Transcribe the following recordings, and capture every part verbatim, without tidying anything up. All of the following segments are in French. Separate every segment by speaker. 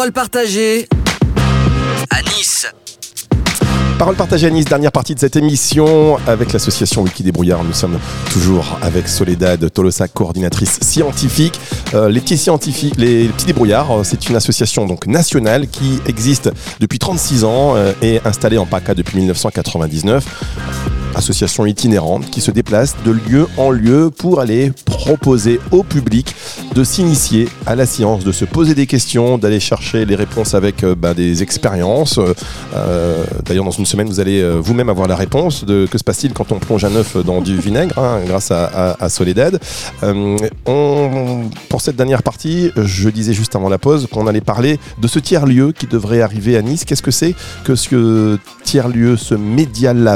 Speaker 1: Parole partagée à Nice.
Speaker 2: Parole partagée à Nice, dernière partie de cette émission avec l'association Wikidébrouillard. Nous sommes toujours avec Soledad Tolosa, coordinatrice scientifique. Euh, les petits scientifiques, les petits débrouillards, c'est une association donc nationale qui existe depuis trente-six ans euh, et installée en PACA depuis dix-neuf cent quatre-vingt-dix-neuf. Association itinérante qui se déplace de lieu en lieu pour aller proposer au public de s'initier à la science, de se poser des questions, d'aller chercher les réponses avec euh, bah, des expériences. Euh, d'ailleurs, dans une semaine, vous allez euh, vous-même avoir la réponse de que se passe-t-il quand on plonge un œuf dans du vinaigre, hein, grâce à, à, à Soledad. Euh, on, pour cette dernière partie, je disais juste avant la pause qu'on allait parler de ce tiers-lieu qui devrait arriver à Nice. Qu'est-ce que c'est que ce tiers-lieu, ce Media Lab ?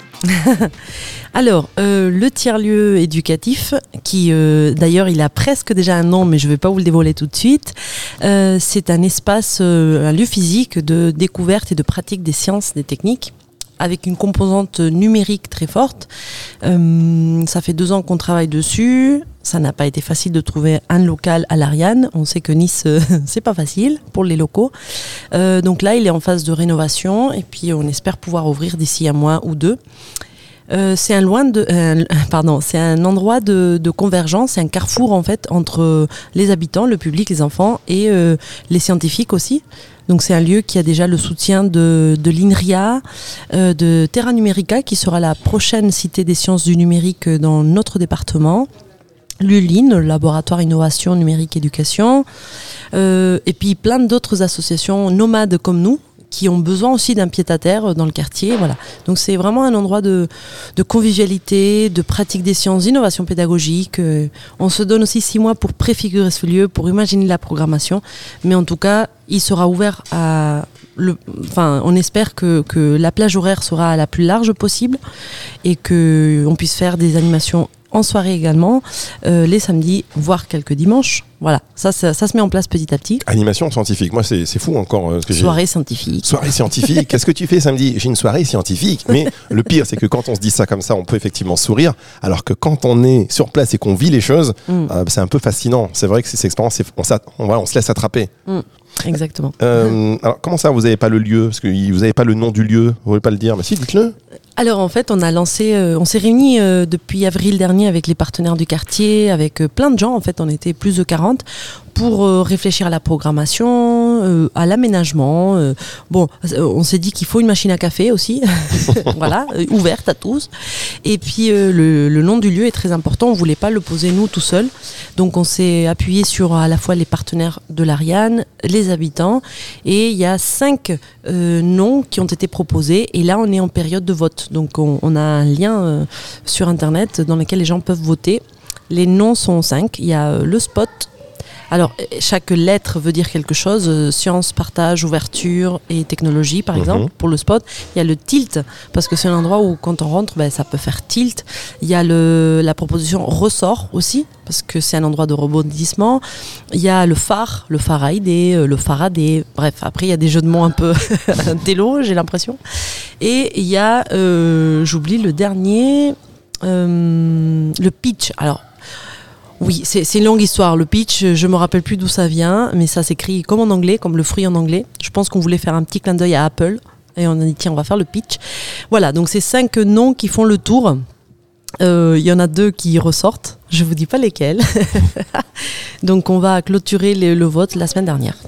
Speaker 3: Alors, euh, le tiers-lieu éducatif, qui euh, d'ailleurs il a presque déjà un nom, mais je ne vais pas vous le dévoiler tout de suite, euh, c'est un espace, euh, un lieu physique de découverte et de pratique des sciences, des techniques, avec une composante numérique très forte. Euh, ça fait deux ans qu'on travaille dessus. Ça n'a pas été facile de trouver un local à l'Ariane. On sait que Nice, euh, c'est pas facile pour les locaux. Euh, donc là, il est en phase de rénovation et puis on espère pouvoir ouvrir d'ici un mois ou deux. Euh, c'est un loin de, euh, pardon, c'est un endroit de, de convergence, c'est un carrefour en fait entre les habitants, le public, les enfants et euh, les scientifiques aussi. Donc c'est un lieu qui a déjà le soutien de, de l'INRIA, euh, de Terra Numérica, qui sera la prochaine cité des sciences du numérique dans notre département. L'U L I N, le laboratoire innovation numérique éducation, euh, et puis plein d'autres associations nomades comme nous, qui ont besoin aussi d'un pied-à-terre dans le quartier. Voilà. Donc c'est vraiment un endroit de, de convivialité, de pratique des sciences, d'innovation pédagogique. Euh, on se donne aussi six mois pour préfigurer ce lieu, pour imaginer la programmation. Mais en tout cas, il sera ouvert à... Le, enfin, on espère que, que la plage horaire sera la plus large possible et qu'on puisse faire des animations en soirée également, euh, les samedis, voire quelques dimanches. Voilà, ça, ça, ça se met en place petit à petit.
Speaker 2: Animation scientifique, moi c'est, c'est fou encore. Euh, ce que
Speaker 3: soirée
Speaker 2: j'ai...
Speaker 3: scientifique.
Speaker 2: Soirée scientifique, qu'est-ce que tu fais samedi ? J'ai une soirée scientifique. Mais le pire, c'est que quand on se dit ça comme ça, on peut effectivement sourire, alors que quand on est sur place et qu'on vit les choses, mm. euh, c'est un peu fascinant. C'est vrai que ces expériences, c'est, on, on, voilà, on se laisse attraper.
Speaker 3: Mm. Exactement.
Speaker 2: Euh, alors comment ça, vous n'avez pas le lieu ? Parce que vous n'avez pas le nom du lieu, vous ne voulez pas le dire ? Mais si, dites-le.
Speaker 3: Alors en fait, on a lancé, euh, on s'est réunis euh, depuis avril dernier avec les partenaires du quartier, avec euh, plein de gens. En fait, on était plus de quarante pour euh, réfléchir à la programmation, euh, à l'aménagement. Euh, bon, on s'est dit qu'il faut une machine à café aussi, voilà, euh, ouverte à tous. Et puis euh, le, le nom du lieu est très important. On voulait pas le poser nous tout seul, donc on s'est appuyé sur à la fois les partenaires de l'Ariane, les habitants, et il y a cinq euh, noms qui ont été proposés. Et là, on est en période de vote. Donc on, on a un lien euh, sur internet dans lequel les gens peuvent voter. Les noms sont cinq. Il y a euh, le spot. Alors chaque lettre veut dire quelque chose. Euh, science, partage, ouverture et technologie par exemple. Mmh. Pour le spot, il y a le tilt parce que c'est un endroit où quand on rentre, ben, ça peut faire tilt. Il y a le, la proposition ressort aussi parce que c'est un endroit de rebondissement. Il y a le phare, le Faraday, le Faraday. Bref, après il y a des jeux de mots un peu télo, j'ai l'impression. Et il y a, euh, j'oublie le dernier, euh, le pitch. Alors, oui, c'est, c'est une longue histoire. Le pitch, je me rappelle plus d'où ça vient, mais ça s'écrit comme en anglais, comme le fruit en anglais. Je pense qu'on voulait faire un petit clin d'œil à Apple. Et on a dit, tiens, on va faire le pitch. Voilà, donc c'est cinq noms qui font le tour. Il euh, y en a deux qui ressortent. Je vous dis pas lesquels. Donc on va clôturer le, le vote la semaine dernière.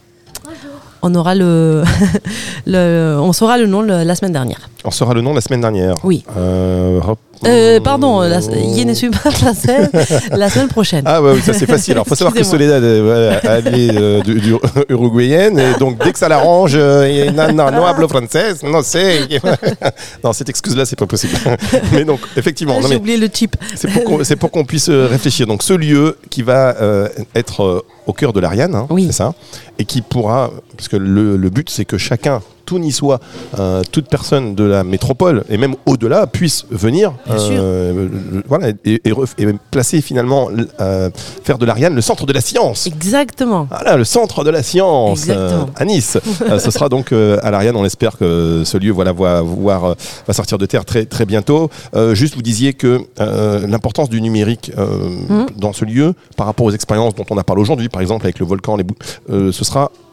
Speaker 3: On aura le, le, on saura le nom le, la semaine dernière.
Speaker 2: On saura le nom la semaine dernière.
Speaker 3: Oui.
Speaker 2: Euh, hop.
Speaker 3: Euh, pardon, la, y ne suis pas la semaine, la semaine prochaine.
Speaker 2: Ah ouais, oui, ça c'est facile. Alors faut savoir que Soledad euh, elle est euh, du, du uruguayenne et donc dès que ça l'arrange, euh, non, non, no hablo français, non c'est, non cette excuse-là c'est pas possible. Mais donc effectivement,
Speaker 3: ah,
Speaker 2: non,
Speaker 3: j'ai
Speaker 2: mais
Speaker 3: oublié le type.
Speaker 2: C'est pour qu'on, c'est pour qu'on puisse réfléchir. Donc ce lieu qui va euh, être euh, au cœur de l'Ariane, hein, oui. C'est ça, et qui pourra, parce que le, le but c'est que chacun, tout niçois, euh, toute personne de la métropole et même au-delà puisse venir euh, voilà, et, et, ref, et placer finalement, euh, faire de l'Ariane le centre de la science.
Speaker 3: Exactement.
Speaker 2: Voilà, le centre de la science euh, à Nice. euh, ce sera donc euh, à l'Ariane. On espère que ce lieu voilà, va, va, va sortir de terre très, très bientôt. Euh, juste, vous disiez que euh, l'importance du numérique euh, mmh. dans ce lieu par rapport aux expériences dont on a parlé aujourd'hui, par exemple avec le volcan, les bou- euh, ce sera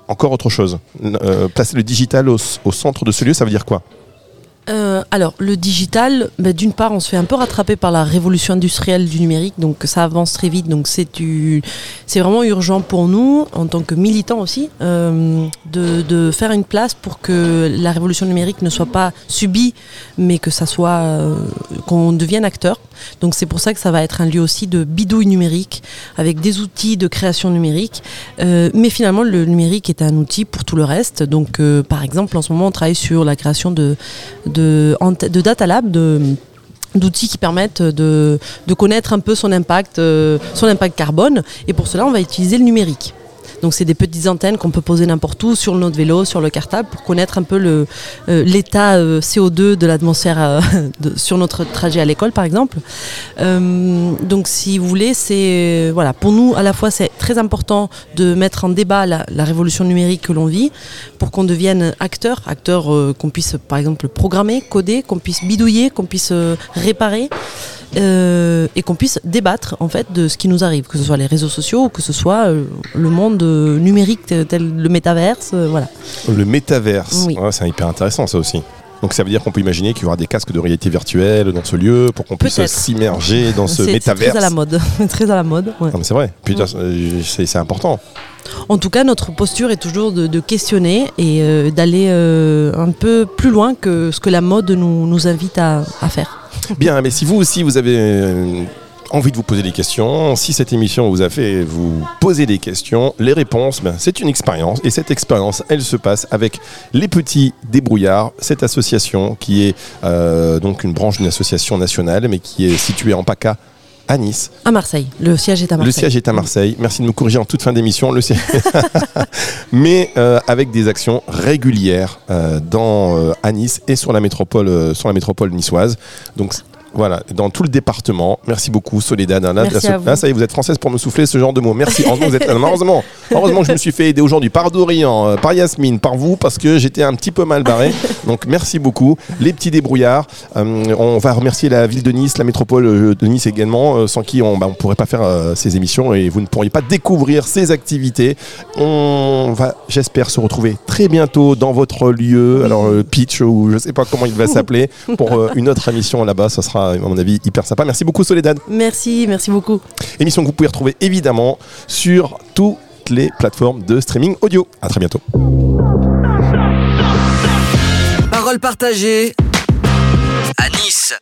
Speaker 2: encore autre chose. Euh, placer le digital au, au centre de ce lieu, ça veut dire quoi ?
Speaker 3: Euh, alors, le digital, bah, d'une part, on se fait un peu rattraper par la révolution industrielle du numérique, donc ça avance très vite, donc c'est, du, c'est vraiment urgent pour nous, en tant que militants aussi, euh, de, de faire une place pour que la révolution numérique ne soit pas subie, mais que ça soit, euh, qu'on devienne acteur. Donc c'est pour ça que ça va être un lieu aussi de bidouille numérique, avec des outils de création numérique, euh, mais finalement le numérique est un outil pour tout le reste. Donc euh, par exemple, en ce moment, on travaille sur la création de de, de data lab, de, d'outils qui permettent de, de connaître un peu son impact, euh, son impact carbone. Et pour cela, on va utiliser le numérique. Donc c'est des petites antennes qu'on peut poser n'importe où, sur notre vélo, sur le cartable, pour connaître un peu le, euh, l'état euh, C O deux de l'atmosphère euh, de, sur notre trajet à l'école, par exemple. Euh, donc si vous voulez, c'est, voilà, pour nous, à la fois, c'est très important de mettre en débat la, la révolution numérique que l'on vit, pour qu'on devienne acteur, acteur euh, qu'on puisse, par exemple, programmer, coder, qu'on puisse bidouiller, qu'on puisse euh, réparer. Euh, et qu'on puisse débattre en fait de ce qui nous arrive, que ce soit les réseaux sociaux ou que ce soit euh, le monde euh, numérique tel, tel le métaverse, euh, voilà.
Speaker 2: Le métaverse,
Speaker 3: oui.
Speaker 2: Ouais, c'est hyper intéressant ça aussi. Donc ça veut dire qu'on peut imaginer qu'il y aura des casques de réalité virtuelle dans ce lieu pour qu'on puisse
Speaker 3: Peut-être.
Speaker 2: s'immerger dans ce
Speaker 3: c'est,
Speaker 2: métaverse.
Speaker 3: C'est très à la mode, très à la mode. Ouais.
Speaker 2: Non mais c'est vrai. Puis
Speaker 3: mmh.
Speaker 2: c'est, c'est important.
Speaker 3: En tout cas, notre posture est toujours de, de questionner et euh, d'aller euh, un peu plus loin que ce que la mode nous, nous invite à, à faire.
Speaker 2: Bien, mais si vous aussi vous avez euh, envie de vous poser des questions, si cette émission vous a fait vous poser des questions, les réponses, ben, c'est une expérience et cette expérience, elle se passe avec les Petits Débrouillards, cette association qui est euh, donc une branche d'une association nationale mais qui est située en PACA à Nice.
Speaker 3: À Marseille. Le siège est à Marseille.
Speaker 2: Le siège est à Marseille. Merci de me corriger en toute fin d'émission. Le siège... Mais euh, avec des actions régulières euh, dans, euh, à Nice et sur la métropole, euh, sur la métropole niçoise. Donc voilà, dans tout le département. Merci beaucoup, Soledad. Là,
Speaker 3: Merci
Speaker 2: là,
Speaker 3: à vous.
Speaker 2: là, ça y est, vous êtes française pour me souffler ce genre de mots. Merci. Heureusement, vous êtes... heureusement, heureusement que je me suis fait aider aujourd'hui par Dorian, euh, par Yasmine, par vous, parce que j'étais un petit peu mal barré. Donc, merci beaucoup. Les Petits Débrouillards. Euh, on va remercier la ville de Nice, la métropole de Nice également, euh, sans qui on ne bah, pourrait pas faire euh, ces émissions et vous ne pourriez pas découvrir ces activités. On va, j'espère, se retrouver très bientôt dans votre lieu. Alors, euh, Pitch, ou je ne sais pas comment il va s'appeler, pour euh, une autre émission là-bas. Ça sera, à mon avis, hyper sympa. Merci beaucoup, Soledad.
Speaker 3: Merci, merci beaucoup.
Speaker 2: Émission que vous pouvez retrouver évidemment sur toutes les plateformes de streaming audio. À très bientôt.
Speaker 1: Parole partagée à Nice.